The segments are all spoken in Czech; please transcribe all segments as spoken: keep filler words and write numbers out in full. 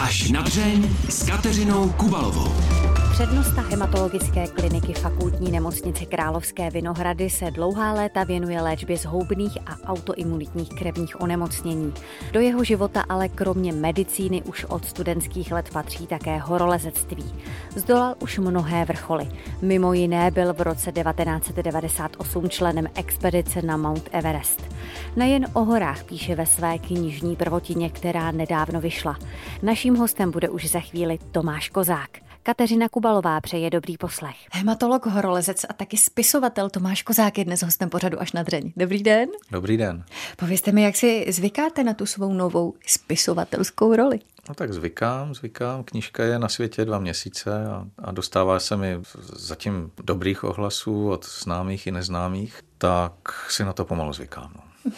Až na dřeň s Kateřinou Kubalovou. Přednosta hematologické kliniky Fakultní nemocnice Královské Vinohrady se dlouhá léta věnuje léčbě zhoubných a autoimunitních krevních onemocnění. Do jeho života ale kromě medicíny už od studentských let patří také horolezectví. Zdolal už mnohé vrcholy. Mimo jiné byl v roce devatenáct set devadesát osm členem expedice na Mount Everest. Nejen o horách píše ve své knižní prvotině, která nedávno vyšla. Naším hostem bude už za chvíli Tomáš Kozák. Kateřina Kubalová přeje dobrý poslech. Hematolog, horolezec a taky spisovatel Tomáš Kozák je dnes hostem pořadu Až na dřeň. Dobrý den. Dobrý den. Povězte mi, jak si zvykáte na tu svou novou spisovatelskou roli? No tak zvykám, zvykám. Knížka je na světě dva měsíce a, a dostává se mi zatím dobrých ohlasů od známých i neznámých, tak si na to pomalu zvykám. No.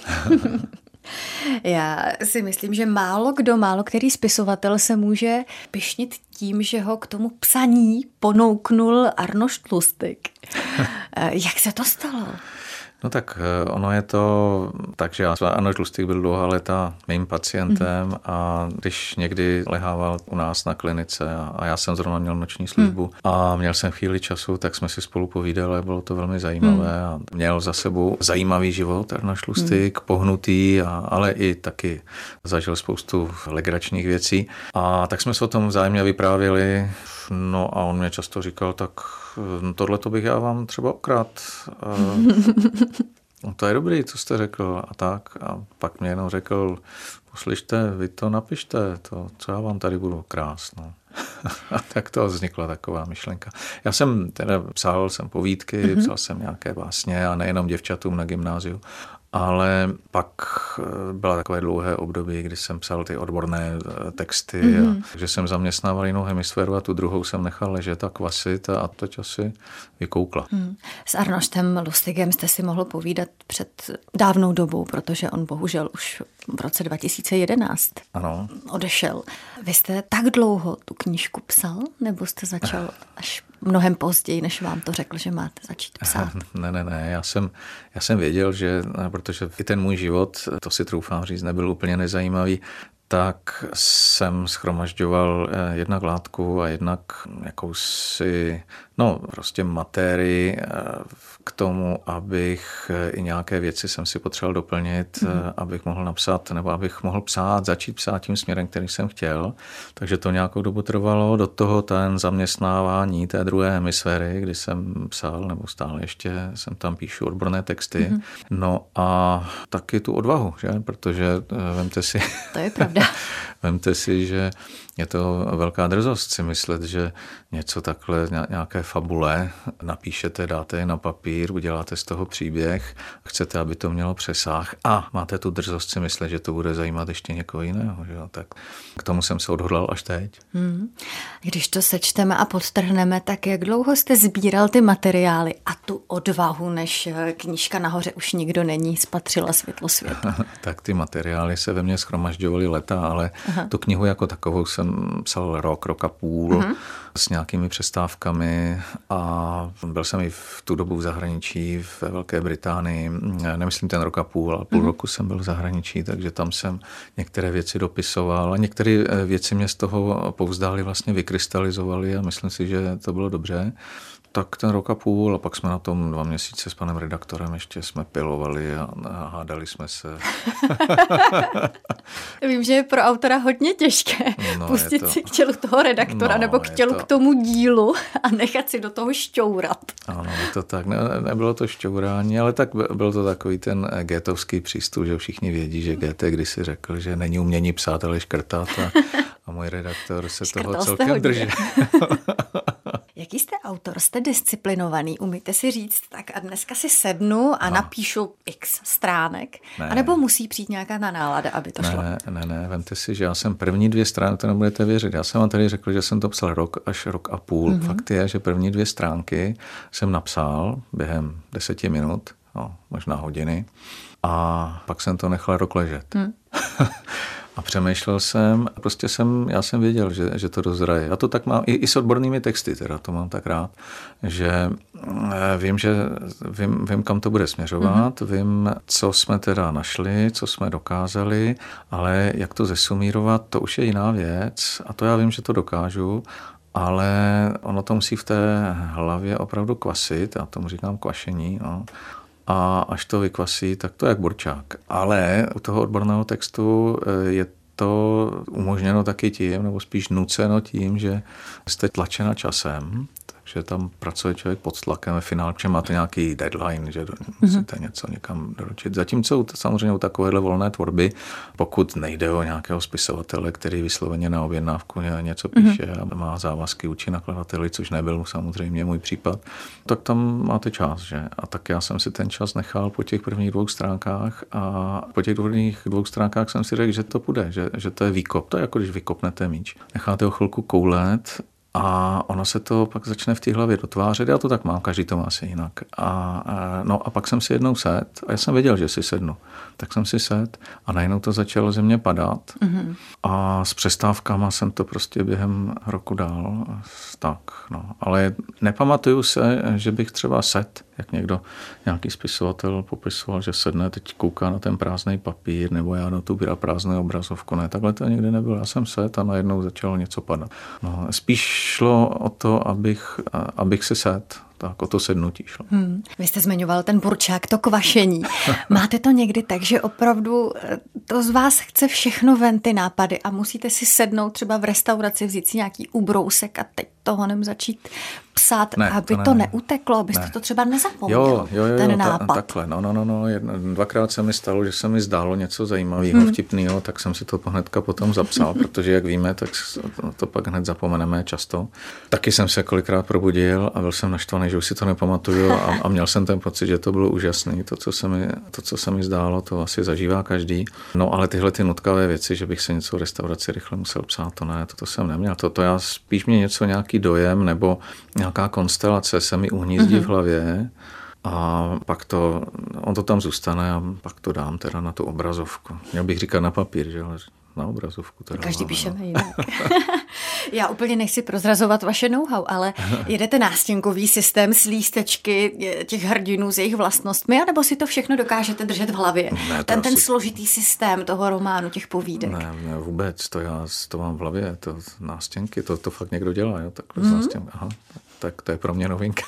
Já si myslím, že málo kdo, málo který spisovatel se může pyšnit tím, že ho k tomu psaní ponouknul Arnošt Lustig. Jak se to stalo? No tak ono je to tak, že Arnošt Lustig byl dlouhá léta mým pacientem mm. a když někdy lehával u nás na klinice a, a já jsem zrovna měl noční službu mm. a měl jsem chvíli času, tak jsme si spolu povídali a bylo to velmi zajímavé mm. a měl za sebou zajímavý život Arnošt Lustig, mm. pohnutý, a, ale i taky zažil spoustu legračních věcí a tak jsme se o tom vzájemně vyprávěli. No a on mě často říkal, tak tohle to bych já vám třeba okrát. No to je dobrý, co jste řekl a tak. A pak mě jenom řekl, poslyšte, vy to napište, to, co já vám tady budu krás. No. A tak to vznikla taková myšlenka. Já jsem teda psal jsem povídky, mm-hmm. psal jsem nějaké básně a nejenom děvčatům na gymnáziu. Ale pak byla takové dlouhé období, kdy jsem psal ty odborné texty, mm-hmm. a, takže jsem zaměstnával jinou hemisféru a tu druhou jsem nechal ležet a kvasit a teď asi vykoukla. Mm. S Arnoštem Lustigem jste si mohl povídat před dávnou dobou, protože on bohužel už v roce dva tisíce jedenáct ano. odešel. Vy jste tak dlouho tu knížku psal, nebo jste začal až mnohem později, než vám to řekl, že máte začít psát? Ne, ne, ne, já jsem, já jsem věděl, že, protože i ten můj život, to si troufám říct, nebyl úplně nezajímavý, tak jsem shromažďoval jednak látku a jednak jakousi, no prostě matérii k tomu, abych i nějaké věci jsem si potřeboval doplnit, mm. abych mohl napsat, nebo abych mohl psát, začít psát tím směrem, který jsem chtěl. Takže to nějakou dobu trvalo, do toho ten zaměstnávání té druhé hemisféry, kdy jsem psal, nebo stále ještě jsem tam píšu odborné texty. Mm. No a taky tu odvahu, že? Protože vemte si... To je pravda. Vemte si, že je to velká drzost si myslet, že něco takhle, nějaké fabule napíšete, dáte je na papír, uděláte z toho příběh, chcete, aby to mělo přesah a máte tu drzost si myslet, že to bude zajímat ještě někoho jiného. Že? Tak k tomu jsem se odhodlal až teď. Hmm. Když to sečteme a podtrhneme, tak jak dlouho jste sbíral ty materiály a tu odvahu, než knížka nahoře už nikdo není, spatřila světlo světa? Tak ty materiály se ve mně shromažďovaly leta, ale Aha. tu knihu jako takovou jsem psal rok, rok a půl uh-huh. s nějakými přestávkami a byl jsem i v tu dobu v zahraničí, ve Velké Británii. Nemyslím ten rok a půl, ale půl uh-huh. roku jsem byl v zahraničí, takže tam jsem některé věci dopisoval a některé věci mě z toho povzdály, vlastně vykrystalizovaly a myslím si, že to bylo dobře. Tak ten rok a půl a pak jsme na tom dva měsíce s panem redaktorem ještě jsme pilovali a hádali jsme se. Vím, že je pro autora hodně těžké no, pustit to... si k tělu toho redaktora no, nebo k tělu to... k tomu dílu a nechat si do toho šťourat. Ano, je to tak. Ne, nebylo to šťourání, ale tak byl to takový ten gétovský přístup, že všichni vědí, že Goethe kdysi řekl, že není umění psát, ale škrtat a, a můj redaktor se Škrtal toho celkem drží. Jaký jste autor? Jste disciplinovaný? Umíte si říct, tak a dneska si sednu a no. napíšu x stránek? Ne. A nebo musí přijít nějaká nálada, aby to ne, šlo? Ne, ne, ne, vemte si, že já jsem první dvě stránky, to nebudete věřit, já jsem vám tady řekl, že jsem to psal rok až rok a půl. Mm-hmm. Fakt je, že první dvě stránky jsem napsal během deseti minut, no, možná hodiny, a pak jsem to nechal rok ležet. Mm. A přemýšlel jsem, a prostě jsem, já jsem věděl, že, že to dozraje. Já to tak mám i, i s odbornými texty, teda to mám tak rád, že vím, že vím, vím kam to bude směřovat, mm-hmm. vím, co jsme teda našli, co jsme dokázali, ale jak to zesumírovat, to už je jiná věc a to já vím, že to dokážu, ale ono to musí v té hlavě opravdu kvasit, já tomu říkám kvašení, no. A až to vykvasí, tak to je jak burčák. Ale u toho odborného textu je to umožněno taky tím, nebo spíš nuceno tím, že jste tlačena časem, takže tam pracuje člověk pod tlakem ve finále, protože máte nějaký deadline, že musíte mm-hmm. něco někam doručit. Zatímco samozřejmě u takovéhle volné tvorby, pokud nejde o nějakého spisovatele, který vysloveně na objednávku něco píše mm-hmm. a má závazky vůči nakladateli, což nebyl samozřejmě můj případ, tak tam máte čas, že? A tak já jsem si ten čas nechal po těch prvních dvou stránkách a po těch prvních dvou stránkách jsem si řekl, že to půjde, že, že to je výkop. To je jako když vykopnete míč. Necháte ho chvilku koulet a ono se to pak začne v té hlavě dotvářet. Já to tak mám, každý to má asi jinak. A, a, no a pak jsem si jednou sedl a já jsem věděl, že si sednu. Tak jsem si sedl a najednou to začalo ze mě padat. Mm-hmm. A s přestávkama jsem to prostě během roku dál. Tak, no. Ale nepamatuju se, že bych třeba sedl, jak někdo, nějaký spisovatel popisoval, že sedne, teď kouká na ten prázdný papír, nebo já na tu prázdnou obrazovku. Ne, takhle to nikdy nebylo. Já jsem sedl a najednou začalo něco padat. No, spíš šlo o to, abych, abych si sedl. Tak o to sednutí šlo. Hmm. Vy jste zmiňoval ten burčák, to kvašení. Máte to někdy tak, že opravdu to z vás chce všechno ven, ty nápady a musíte si sednout třeba v restauraci, vzít si nějaký ubrousek a teď to honem začít psát, ne, aby to, ne, to neuteklo, abyste ne. to třeba nezapomněl, jo, jo, jo, ten ta, nápad. Takhle, no, no, no, no. Jedno, dvakrát se mi stalo, že se mi zdálo něco zajímavého, hmm. vtipného, tak jsem si to hnedka potom zapsal, protože jak víme, tak to, to pak hned zapomeneme často. Taky jsem se kolikrát probudil a byl jsem naštvaný, že už si to nepamatuju a, a měl jsem ten pocit, že to bylo úžasné. To, co se mi, to, co se mi zdálo, to asi zažívá každý. No ale tyhle ty nutkavé věci, že bych se něco v restauraci rychle musel psát, to ne, to, to jsem neměl. To, to já spíš mě něco, nějaký dojem nebo nějaká konstelace se mi uhnízdí mm-hmm. v hlavě a pak to, on to tam zůstane a pak to dám teda na tu obrazovku. Měl bych říkat na papír, že ale na obrazovku. Teda každý máme, píšeme no. jinak. Já úplně nechci prozrazovat vaše know-how, ale jedete nástěnkový systém s lístečky těch hrdinů s jejich vlastnostmi, anebo si to všechno dokážete držet v hlavě? Ne, ten, asi... ten složitý systém toho románu, těch povídek. Ne, ne vůbec, to já to mám v hlavě, to nástěnky, to, to fakt někdo dělá, jo, takhle mm. nástěnky. Aha, tak to je pro mě novinka.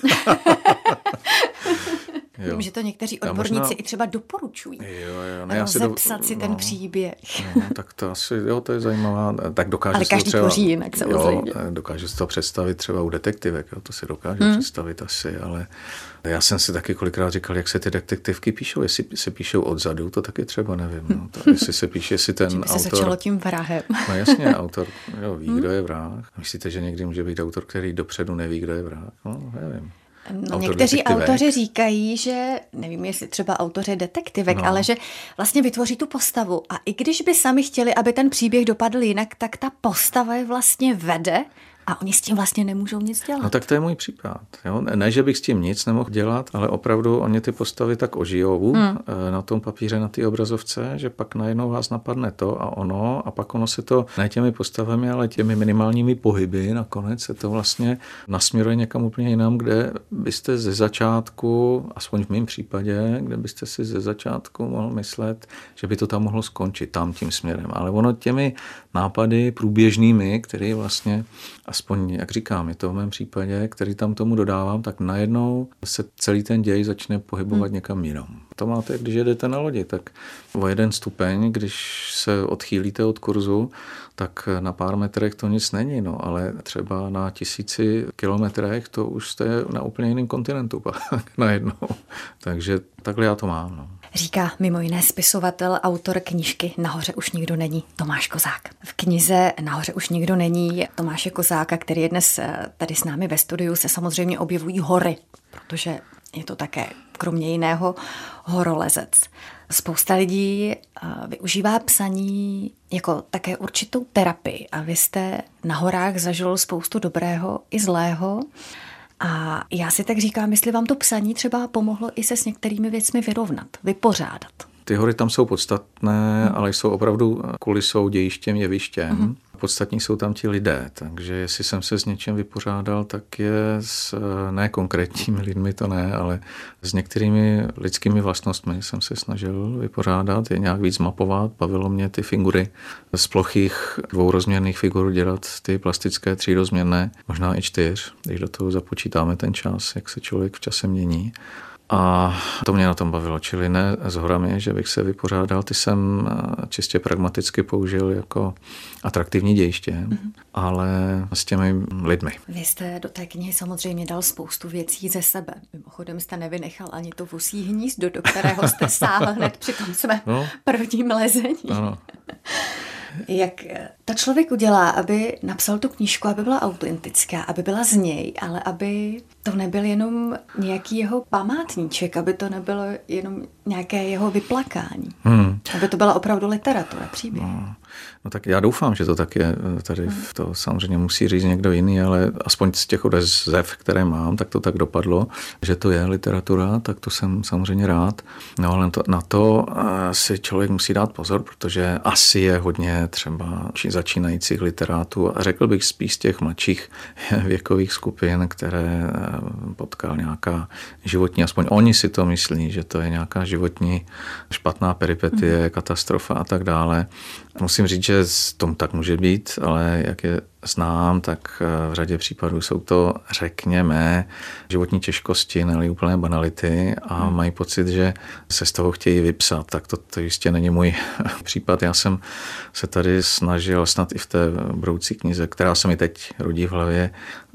Vím, že to někteří odborníci možná... i třeba doporučují. Jo, jo, ne, rozepsat do... si ten no, příběh. No, tak to asi, jo, to je zajímavá. Tak dokáže ale každý třeba, tvoří jinak, samozřejmě. Jo, dokáže si to představit třeba u detektivek, jo, to si dokáže hmm. představit asi, ale já jsem si taky kolikrát říkal, jak se ty detektivky píšou, jestli se píšou odzadu, to taky třeba nevím. No. To, jestli se píše, jestli ten autor... se začalo tím vrahem. No jasně, autor jo, ví, hmm. kdo je vrah. Myslíte, že někdy může být autor, který dopředu neví, kdo je vrah? No, nevím. No, někteří detektivek. Autoři říkají, že, nevím, jestli třeba autoři detektivek, no. ale že vlastně vytvoří tu postavu a i když by sami chtěli, aby ten příběh dopadl jinak, tak ta postava je vlastně vede a oni s tím vlastně nemůžou nic dělat. No tak to je můj případ. Jo? Ne, že bych s tím nic nemohl dělat, ale opravdu oni ty postavy tak ožijou hmm. na tom papíře, na té obrazovce, že pak najednou vás napadne to a ono a pak ono se to ne těmi postavami, ale těmi minimálními pohyby nakonec se to vlastně nasměruje někam úplně jinam, kde byste ze začátku, aspoň v mém případě, kde byste si ze začátku mohl myslet, že by to tam mohlo skončit tam tím směrem. Ale ono těmi nápady průběžnými, které vlastně aspoň, jak říkám, je to v mém případě, který tam tomu dodávám, tak najednou se celý ten děj začne pohybovat hmm. někam jinam. To máte, když jedete na lodi, tak o jeden stupeň, když se odchýlíte od kurzu, tak na pár metrech to nic není, no, ale třeba na tisíci kilometrech to už jste na úplně jiném kontinentu pak najednou. Takže takhle já to mám, no. Říká mimo jiné spisovatel, autor knížky Nahoře už nikdo není, Tomáš Kozák. V knize Nahoře už nikdo není Tomáše Kozáka, který je dnes tady s námi ve studiu, se samozřejmě objevují hory, protože je to také kromě jiného horolezec. Spousta lidí využívá psaní jako také určitou terapii a vy jste na horách zažil spoustu dobrého i zlého. A já si tak říkám, jestli vám to psaní třeba pomohlo i se s některými věcmi vyrovnat, vypořádat. Ty hory tam jsou podstatné, hmm. ale jsou opravdu kulisou, dějištěm, jevištěm. Hmm. Podstatní jsou tam ti lidé, takže jestli jsem se s něčím vypořádal, tak je s ne konkrétními lidmi, to ne, ale s některými lidskými vlastnostmi jsem se snažil vypořádat, je nějak víc mapovat, bavilo mě ty figury z plochých dvourozměrných figur dělat ty plastické třírozměrné, možná i čtyř, když do toho započítáme ten čas, jak se člověk v čase mění. A to mě na tom bavilo, čili ne s horami, že bych se vypořádal, ty jsem čistě pragmaticky použil jako atraktivní dějiště, mm-hmm. ale s těmi lidmi. Vy jste do té knihy samozřejmě dal spoustu věcí ze sebe. Mimochodem jste nevynechal ani to vusí hnízdo, do kterého jste sáhl hned při tom svém no. prvním lezení. Ano. Jak to člověk udělá, aby napsal tu knížku, aby byla autentická, aby byla z něj, ale aby to nebyl jenom nějaký jeho památníček, aby to nebylo jenom nějaké jeho vyplakání. Hmm. Aby to byla opravdu literatura, příběh. No. No tak já doufám, že to tak je. Tady to samozřejmě musí říct někdo jiný, ale aspoň z těch odezev, které mám, tak to tak dopadlo, že to je literatura, tak to jsem samozřejmě rád. No ale to, na to si člověk musí dát pozor, protože asi je hodně třeba začínajících literátů a řekl bych spíš z těch mladších věkových skupin, které potkal nějaká životní, aspoň oni si to myslí, že to je nějaká životní špatná peripetie, katastrofa a tak dále. Musím říct, že tomu tak může být, ale jak je znám, tak v řadě případů jsou to, řekněme, životní těžkosti, ne úplné banality a mají pocit, že se z toho chtějí vypsat. Tak to, to jistě není můj případ. Já jsem se tady snažil, snad i v té budoucí knize, která se mi teď rodí v hlavě,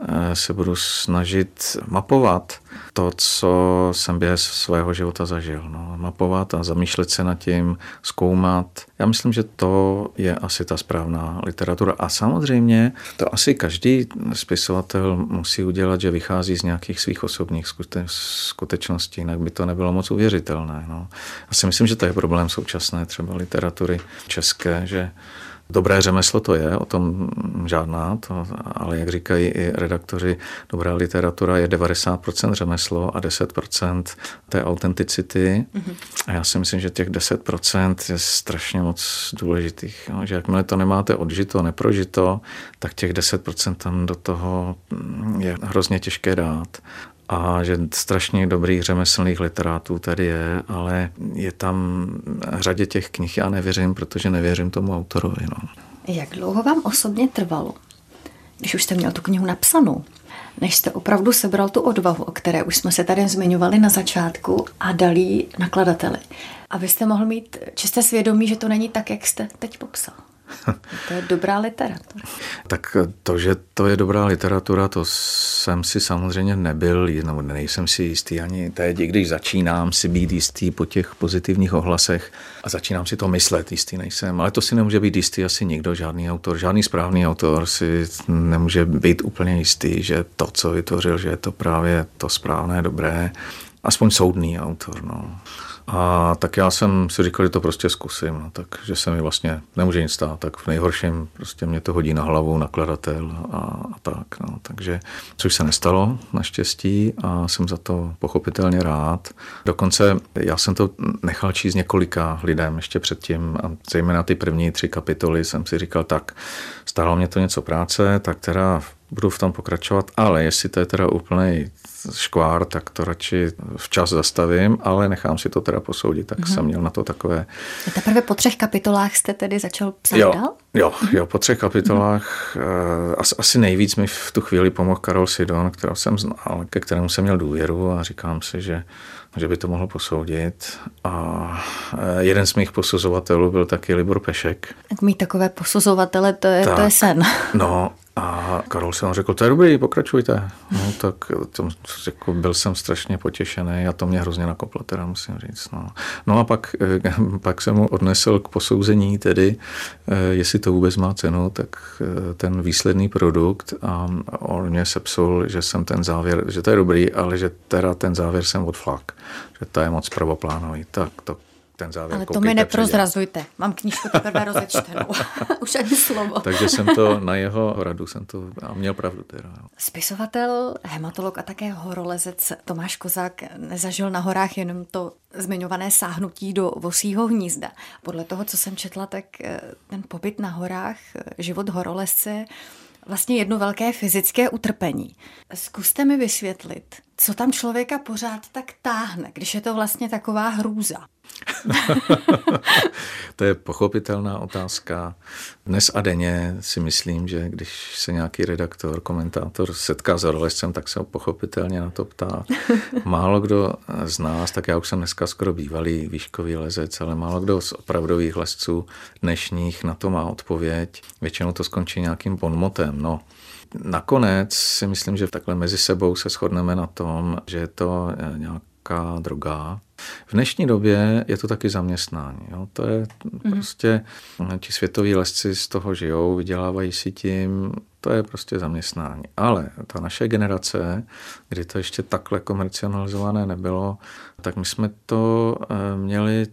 se budu snažit mapovat to, co jsem během svého života zažil. No, mapovat a zamýšlet se nad tím, zkoumat. Já myslím, že to je asi ta správná literatura. A samozřejmě to asi každý spisovatel musí udělat, že vychází z nějakých svých osobních skutečností, jinak by to nebylo moc uvěřitelné. No. Já si myslím, že to je problém současné třeba literatury české, že dobré řemeslo to je, o tom žádná, to, ale jak říkají i redaktoři, dobrá literatura je devadesát procent řemeslo a deset procent té autenticity. Mm-hmm. A já si myslím, že těch deset procent je strašně moc důležitých. Jo? Že jakmile to nemáte odžito, neprožito, tak těch deset procent tam do toho je hrozně těžké dát. A že strašně dobrých řemeslných literátů tady je, ale je tam řadě těch knih, já nevěřím, protože nevěřím tomu autorovi. No. Jak dlouho vám osobně trvalo, když už jste měl tu knihu napsanou, než jste opravdu sebral tu odvahu, o které už jsme se tady zmiňovali na začátku, a dal ji nakladateli, abyste mohl mít čisté svědomí, že to není tak, jak jste teď popsal? To je dobrá literatura. Tak to, že to je dobrá literatura, to jsem si samozřejmě nebyl, no, nejsem si jistý ani teď, když začínám si být jistý po těch pozitivních ohlasech a začínám si to myslet, jistý nejsem, ale to si nemůže být jistý asi nikdo, žádný autor, žádný správný autor si nemůže být úplně jistý, že to, co vytvořil, že je to právě to správné, dobré, aspoň soudný autor, no. A tak já jsem si říkal, že to prostě zkusím, no, takže se mi vlastně nemůže nic stát, tak v nejhorším prostě mě to hodí na hlavu nakladatel a, a tak, no, takže což se nestalo naštěstí a jsem za to pochopitelně rád. Dokonce já jsem to nechal číst několika lidem ještě předtím a zejména ty první tři kapitoly jsem si říkal, tak stálo mě to něco práce, tak teda budu v tom pokračovat, ale jestli to je teda úplnej škvár, tak to radši včas zastavím, ale nechám si to teda posoudit, tak mm-hmm. jsem měl na to takové... A teprve po třech kapitolách jste tedy začal psát jo, dál? Jo, jo, po třech kapitolách mm-hmm. asi, asi nejvíc mi v tu chvíli pomohl Karol Sidon, kterého jsem znal, ke kterému jsem měl důvěru a říkám si, že že by to mohl posoudit. A jeden z mých posuzovatelů byl taky Libor Pešek. Tak mít takové posuzovatele, to je, tak, to je sen. No a Karol se vám řekl, to je dobrý, pokračujte. No tak to, jako, byl jsem strašně potěšený a to mě hrozně nakoplo, teda musím říct. No, no a pak, pak jsem mu odnesl k posouzení, tedy jestli to vůbec má cenu, tak ten výsledný produkt a on mě sepsul, že jsem ten závěr, že to je dobrý, ale že teda ten závěr jsem odflak, že to je moc prvoplánový. Tak to ten závěr. Ale to mi neprozrazujte. Mám knížku teprve rozečtenou. Už ani slovo. Takže jsem to na jeho radu jsem to a měl pravdu teda. Spisovatel, hematolog a také horolezec Tomáš Kozák nezažil na horách jenom to zmiňované sáhnutí do vosího hnízda. Podle toho, co jsem četla, tak ten pobyt na horách, život horolezce, vlastně jedno velké fyzické utrpení. Zkuste mi vysvětlit, co tam člověka pořád tak táhne, když je to vlastně taková hrůza. To je pochopitelná otázka. Dnes a denně si myslím, že když se nějaký redaktor, komentátor setká s horolezcem, tak se ho pochopitelně na to ptá. Málo kdo z nás, tak já už jsem dneska skoro bývalý výškový lezec, ale málo kdo z opravdových lezců dnešních na to má odpověď. Většinou to skončí nějakým bonmotem. No, nakonec si myslím, že takhle mezi sebou se shodneme na tom, že je to nějaká droga. V dnešní době je to taky zaměstnání. Jo? To je mm. prostě, ti světoví lezci z toho žijou, vydělávají si tím, to je prostě zaměstnání. Ale ta naše generace, kdy to ještě takhle komercionalizované nebylo, tak my jsme to měli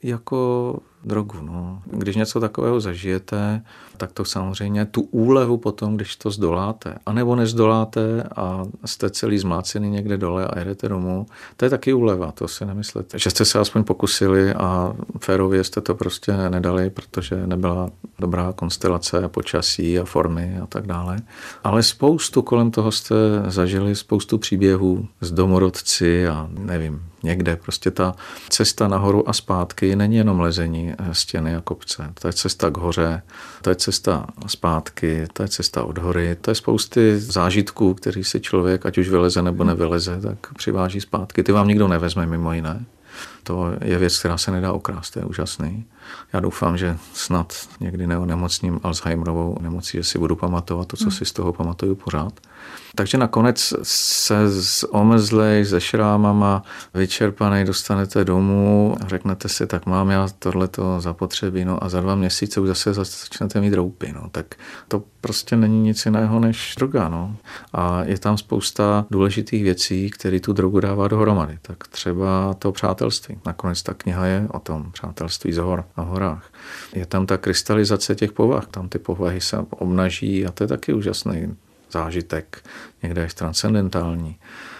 jako drogu. No. Když něco takového zažijete, tak to samozřejmě tu úlevu potom, když to zdoláte, anebo nezdoláte a jste celý zmlácený někde dole a jedete domů, to je taky úleva, to si nemyslete. Že jste se aspoň pokusili a férově jste to prostě nedali, protože nebyla dobrá konstelace, počasí a formy a tak dále. Ale spoustu kolem toho jste zažili, spoustu příběhů s domorodci a nevím, někde prostě ta cesta nahoru a zpátky není jenom lezení stěny a kopce. To je cesta k hoře, to je cesta zpátky, to je cesta od hory, to je spousty zážitků, který si člověk, ať už vyleze nebo nevyleze, tak přiváží zpátky. Ty vám nikdo nevezme mimo jiné. To je věc, která se nedá okrást, to je úžasný. Já doufám, že snad někdy neonemocním Alzheimerovou nemocí, že si budu pamatovat to, co si z toho pamatuju pořád. Takže nakonec se z omrzlej, se šrámama, vyčerpanej dostanete domů a řeknete si, tak mám já tohleto zapotřebí, no a za dva měsíce už zase začnete mít roupy, no tak to prostě není nic jiného než droga, no. A je tam spousta důležitých věcí, které tu drogu dává dohromady. Tak třeba to přátelství. Nakonec ta kniha je o tom přátelství z hor a horách. Je tam ta krystalizace těch povah, tam ty povahy se obnaží a to je taky úžasný zážitek, někde až transcendentální.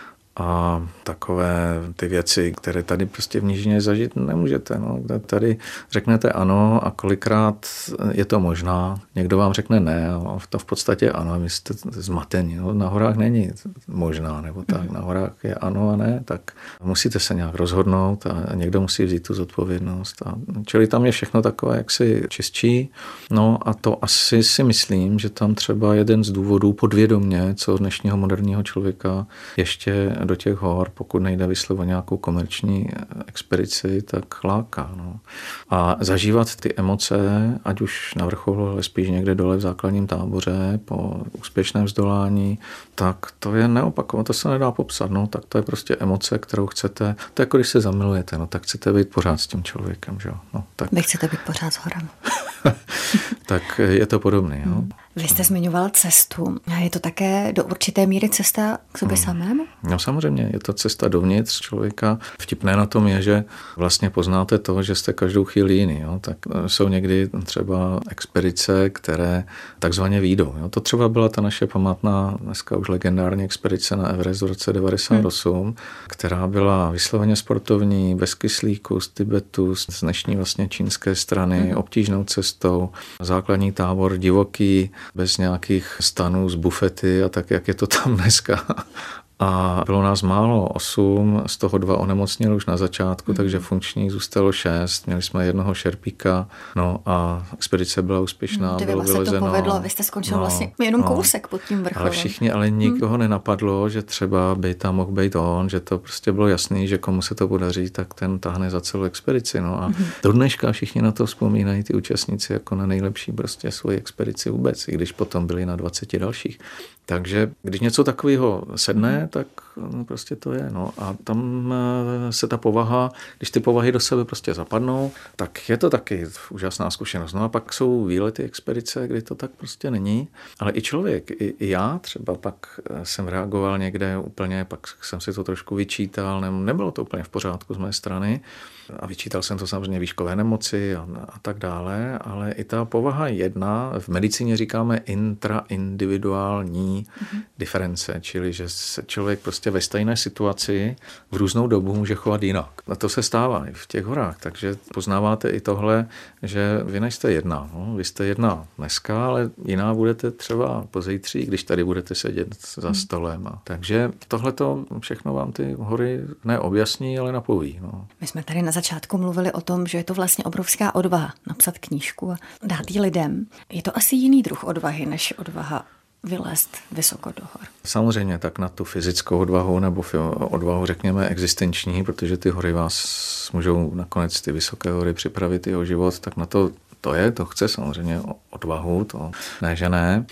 A takové ty věci, které tady prostě v nížině zažít nemůžete. No. Tady řeknete ano a kolikrát je to možná. Někdo vám řekne ne a to v podstatě ano, vy jste zmatení. No, na horách není možná, nebo tak. Na horách je ano a ne, tak musíte se nějak rozhodnout a někdo musí vzít tu zodpovědnost. A čili tam je všechno takové jaksi čistší. No a to asi si myslím, že tam třeba jeden z důvodů podvědomě, co dnešního moderního člověka ještě do těch hor, pokud nejde vyslovo nějakou komerční expedici, tak láká. No. A zažívat ty emoce, ať už na vrcholu, ale spíš někde dole v základním táboře po úspěšném vzdolání, tak to je neopakovat, to se nedá popsat. No. Tak to je prostě emoce, kterou chcete, to je jako když se zamilujete, no, tak chcete být pořád s tím člověkem. Že? No, tak. Vy chcete být pořád s horem. Tak je to podobné. Jo? Vy jste zmiňoval cestu. A je to také do určité míry cesta k sobě hmm. samému? No samozřejmě, je to cesta dovnitř člověka. Vtipné na tom je, že vlastně poznáte to, že jste každou chvíli jiný. Jo? Tak jsou někdy třeba expedice, které takzvaně výjdou. Jo? To třeba byla ta naše památná, dneska už legendární expedice na Everest v roce devadesát osm, hmm. která byla vysloveně sportovní, bez kyslíku, z Tibetu, z dnešní vlastně čínské strany, hmm. obtížnou cestou, základní tábor divoký, bez nějakých stanů z bufety a tak, jak je to tam dneska. A bylo nás málo, osm, z toho dva onemocněli už na začátku, mm. takže funkčních zůstalo šest. Měli jsme jednoho šerpíka, no a expedice byla úspěšná, mm, bylo vylezeno. Se to povedlo, vy jste skončil no, vlastně jenom no, kousek pod tím vrcholem. Ale všichni, ale nikoho mm. nenapadlo, že třeba by tam mohl být on, že to prostě bylo jasný, že komu se to podaří, tak ten tahne za celou expedici. No a mm. do dneška všichni na to vzpomínají ty účastníci jako na nejlepší prostě svoji expedici vůbec, i když potom byli na dvaceti dalších. Takže když něco takového sedne, tak no, prostě to je. No. A tam se ta povaha, když ty povahy do sebe prostě zapadnou, tak je to taky úžasná zkušenost. No a pak jsou výlety, expedice, kdy to tak prostě není. Ale i člověk, i, i já třeba pak jsem reagoval někde úplně, pak jsem si to trošku vyčítal, ne, nebylo to úplně v pořádku z mé strany a vyčítal jsem to samozřejmě výškové nemoci a, a tak dále, ale i ta povaha jedna, v medicíně říkáme intraindividuální mm-hmm. diference, čili že se člověk prostě ve stejné situaci v různou dobu může chovat jinak. A to se stává i v těch horách, takže poznáváte i tohle, že vy nejste jedna. No? Vy jste jedna dneska, ale jiná budete třeba pozítří, když tady budete sedět za stolem. A takže tohle to všechno vám ty hory neobjasní, ale napoví. No. My jsme tady na začátku mluvili o tom, že je to vlastně obrovská odvaha napsat knížku a dát ji lidem. Je to asi jiný druh odvahy, než odvaha vylézt vysoko do hor. Samozřejmě tak na tu fyzickou odvahu nebo odvahu řekněme existenční, protože ty hory vás můžou nakonec ty vysoké hory připravit jeho život, tak na to to je, to chce samozřejmě odvahu, to ne, že ne.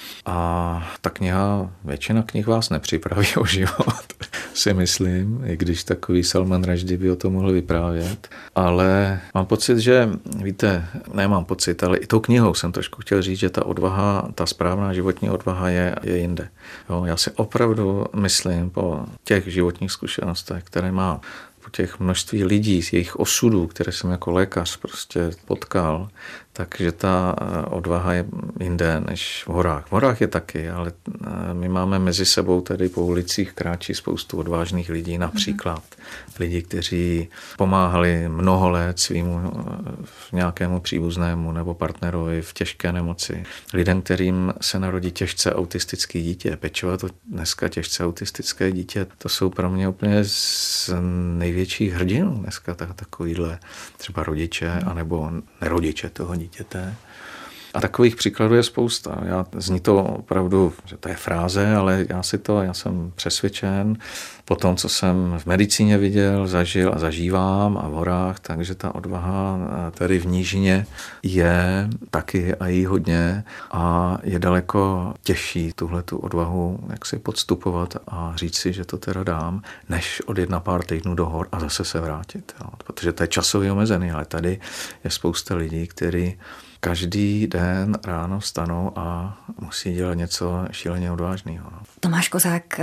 A ta kniha, většina knih vás nepřipraví o život, si myslím, i když takový Salman Rushdie by o tom mohl vyprávět. Ale mám pocit, že, víte, nemám pocit, ale i tou knihou jsem trošku chtěl říct, že ta odvaha, ta správná životní odvaha je, je jinde. Jo, já si opravdu myslím po těch životních zkušenostech, které má po těch množství lidí, z jejich osudů, které jsem jako lékař prostě potkal, takže ta odvaha je jinde než v horách. V horách je taky, ale my máme mezi sebou tady po ulicích kráčí spoustu odvážných lidí, například mm-hmm. lidi, kteří pomáhali mnoho let svýmu nějakému příbuznému nebo partnerovi v těžké nemoci. Lidem, kterým se narodí těžce autistické dítě. Pečovat to dneska těžce autistické dítě, to jsou pro mě úplně z největších hrdinů dneska tak, takovýhle třeba rodiče anebo nerodiče toho dítěte. A takových příkladů je spousta. Já, zní to opravdu, že to je fráze, ale já si to, já jsem přesvědčen po tom, co jsem v medicíně viděl, zažil a zažívám a v horách, takže ta odvaha tady v nížině je taky a jí hodně a je daleko těžší tuhletu odvahu jak si podstupovat a říct si, že to teda dám, než odjet na pár týdnů do hor a zase se vrátit. Jo. Protože to je časově omezený, ale tady je spousta lidí, kteří každý den ráno vstanou a musí dělat něco šíleně odvážného. No. Tomáš Kozák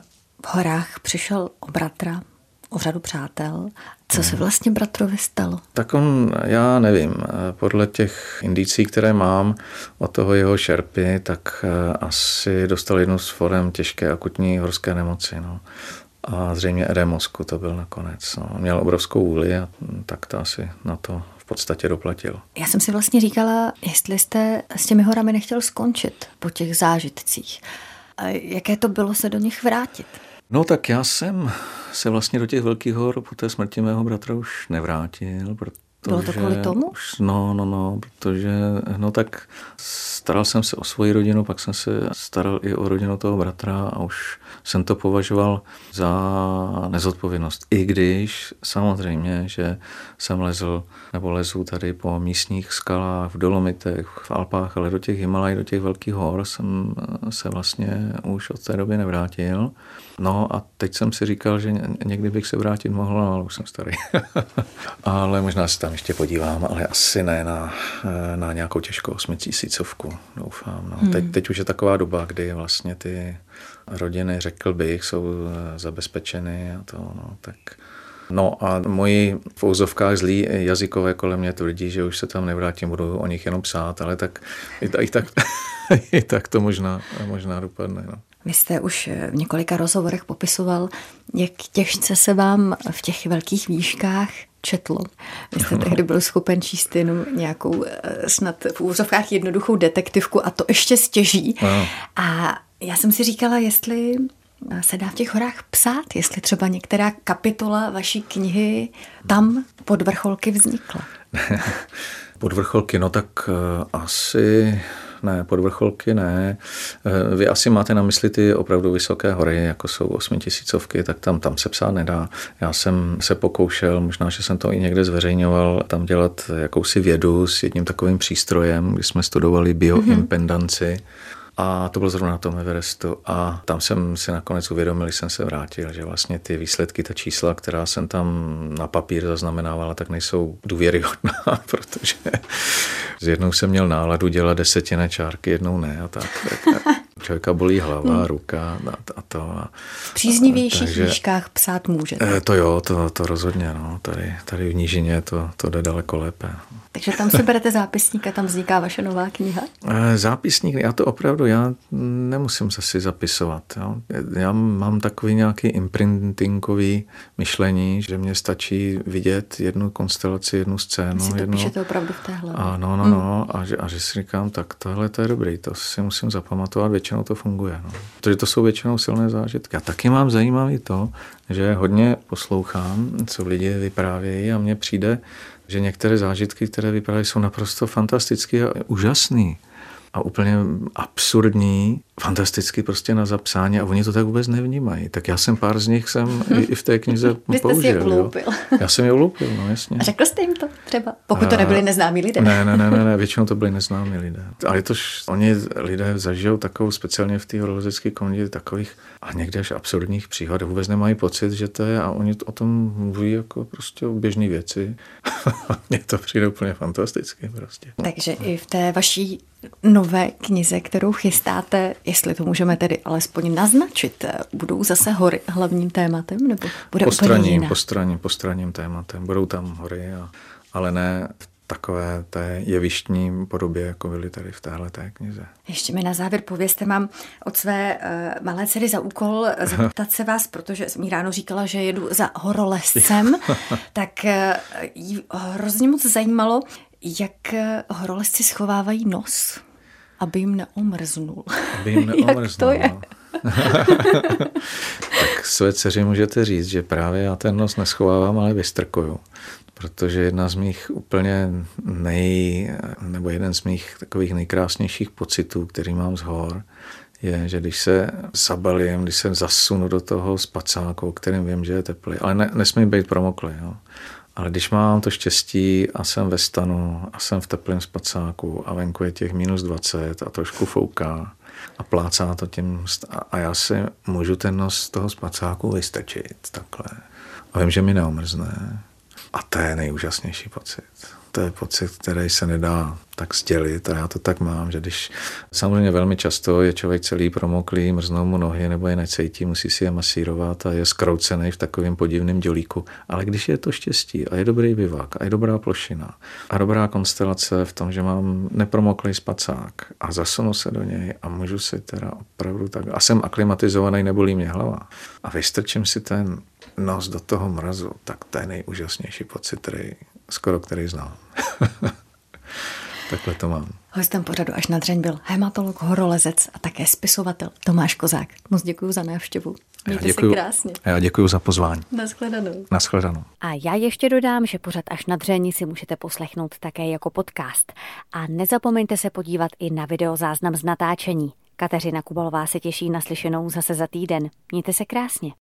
v horách přišel o bratra, o řadu přátel. Co se vlastně bratrovi stalo? Tak on, já nevím, podle těch indicí, které mám od toho jeho šerpy, tak asi dostal jednu z forem těžké akutní horské nemoci. No. A zřejmě edém mozku to byl nakonec. No. Měl obrovskou vůli a tak to asi na to v podstatě doplatil. Já jsem si vlastně říkala, jestli jste s těmi horami nechtěl skončit po těch zážitcích. A jaké to bylo se do nich vrátit? No tak já jsem se vlastně do těch velkých hor po té smrti mého bratra už nevrátil, protože bylo to kvůli tomu? Už, no, no, no, protože no tak staral jsem se o svoji rodinu, pak jsem se staral i o rodinu toho bratra a už jsem to považoval za nezodpovědnost. I když samozřejmě, že jsem lezl nebo lezu tady po místních skalách, v Dolomitech, v Alpách, ale do těch Himalaj, do těch velkých hor jsem se vlastně už od té doby nevrátil. No a teď jsem si říkal, že někdy bych se vrátit mohl, no, ale už jsem starý. Ale možná se tam ještě podívám, ale asi ne na, na nějakou těžkou osmitisícovku, doufám. No. Hmm. Teď, teď už je taková doba, kdy vlastně ty rodiny, řekl bych, jsou zabezpečeny a to, no, tak... No a moji v úzovkách zlí jazykové kolem mě tvrdí, že už se tam nevrátím, budu o nich jenom psát, ale tak i, i, tak, i tak to možná, možná dopadne. No. Vy jste už v několika rozhovorech popisoval, jak těžce se vám v těch velkých výškách četlo. Vy jste no. tehdy byl schopen číst jenom nějakou snad v úzovkách jednoduchou detektivku a to ještě stěží. No. A já jsem si říkala, jestli se dá v těch horách psát, jestli třeba některá kapitola vaší knihy tam pod vrcholky vznikla. Pod vrcholky, no tak uh, asi... Ne, pod vrcholky ne. Vy asi máte na mysli ty opravdu vysoké hory, jako jsou osmitisícovky, tak tam, tam se psát nedá. Já jsem se pokoušel, možná, že jsem to i někde zveřejňoval, tam dělat jakousi vědu s jedním takovým přístrojem, kdy jsme studovali bioimpedanci. A to bylo zrovna na tom Everestu a tam jsem si nakonec uvědomil, když jsem se vrátil, že vlastně ty výsledky, ta čísla, která jsem tam na papír zaznamenávala, tak nejsou důvěryhodná, protože jednou jsem měl náladu dělat desetinné čárky, jednou ne a tak. tak člověka bolí hlava, hmm. ruka a, a to. A, v příznivějších takže, výškách psát můžete. To jo, to, to rozhodně. No. Tady, tady v nížině to, to jde daleko lépe. Takže tam si berete zápisník a tam vzniká vaše nová kniha? Zápisník, já to opravdu, já nemusím se si zapisovat. Jo. Já mám takový nějaký imprintingový myšlení, že mě stačí vidět jednu konstelaci, jednu scénu. Si to jednu... píšete opravdu v téhle. A no, no, no. Hmm. A, že, a že si říkám, tak tohle to je dobrý, to si musím zapamatovat, většinou to funguje. No. Protože to jsou většinou silné zážitky. A taky mám zajímavý to, že hodně poslouchám, co lidi vyprávějí a mně přijde, že některé zážitky, které vyprávějí, jsou naprosto fantastické a úžasné a úplně absurdní, fantasticky prostě na zapsání a oni to tak vůbec nevnímají. Tak já jsem pár z nich jsem i v té knize Vy použil. Vy jste si je uloupil. Já jsem je uloupil, no jasně. A řekl jste jim to třeba? Pokud to nebyli neznámí lidé. Ne, ne, ne, ne, ne, většinou to byli neznámí lidé. Ale to, oni lidé zažijou takovou, speciálně v té horolezecké komunitě, takových a někde až absurdních příhod. Vůbec nemají pocit, že to je a oni o tom mluví jako prostě o běžné věci. Mně to přijde úplně fantasticky prostě. Takže i v té vaší nové knize, kterou chystáte, jestli to můžeme tedy alespoň naznačit, budou zase hory hlavním tématem, nebo bude postraním, úplně jiná? Postraním, postraním tématem. Budou tam hory, a, ale ne v takové té jevištní podobě, jako byly tady v téhle té knize. Ještě mi na závěr povězte, mám od své uh, malé dcery za úkol zeptat se vás, protože jsem jí ráno říkala, že jedu za horolezcem, tak uh, jí hrozně moc zajímalo, jak horolezci schovávají nos, aby jim neomrznul. Aby jim neomrznul. Jak to je? Tak své dceři můžete říct, že právě já ten nos neschovávám, ale vystrkuju. Protože jedna z mých úplně nej, nebo jeden z mých takových nejkrásnějších pocitů, který mám z hor, je, že když se zabalím, když se zasunu do toho spacáku, kterým vím, že je teplý, ale ne, nesmí být promoklý, jo. Ale když mám to štěstí a jsem ve stanu a jsem v teplém spacáku a venku je těch minus dvacet a trošku fouká a plácá to tím a já si můžu ten nos z toho spacáku vystrčit takhle. A vím, že mi neomrzne. A to je nejúžasnější pocit. To je pocit, který se nedá tak sdělit a já to tak mám, že když samozřejmě velmi často je člověk celý promoklý, mrznou mu nohy nebo je necítí, musí si je masírovat a je zkroucený v takovém podivném dělíku. Ale když je to štěstí a je dobrý bivak a je dobrá plošina a dobrá konstelace v tom, že mám nepromoklý spacák a zasunu se do něj a můžu si teda opravdu tak a jsem aklimatizovaný, nebolí mě hlava a vystrčím si ten nos do toho mrazu, tak to je nejúžasnější pocit, který, skoro který znám. Takhle to mám. Hostem pořadu Až na dřeň byl hematolog, horolezec a také spisovatel Tomáš Kozák. Moc děkuji za návštěvu. Mějte děkuju, se krásně. Já děkuji za pozvání. Naschledanou. Naschledanou. A já ještě dodám, že pořad Až na dřeň si můžete poslechnout také jako podcast. A nezapomeňte se podívat i na videozáznam z natáčení. Kateřina Kubalová se těší na slyšenou zase za týden. Mějte se krásně.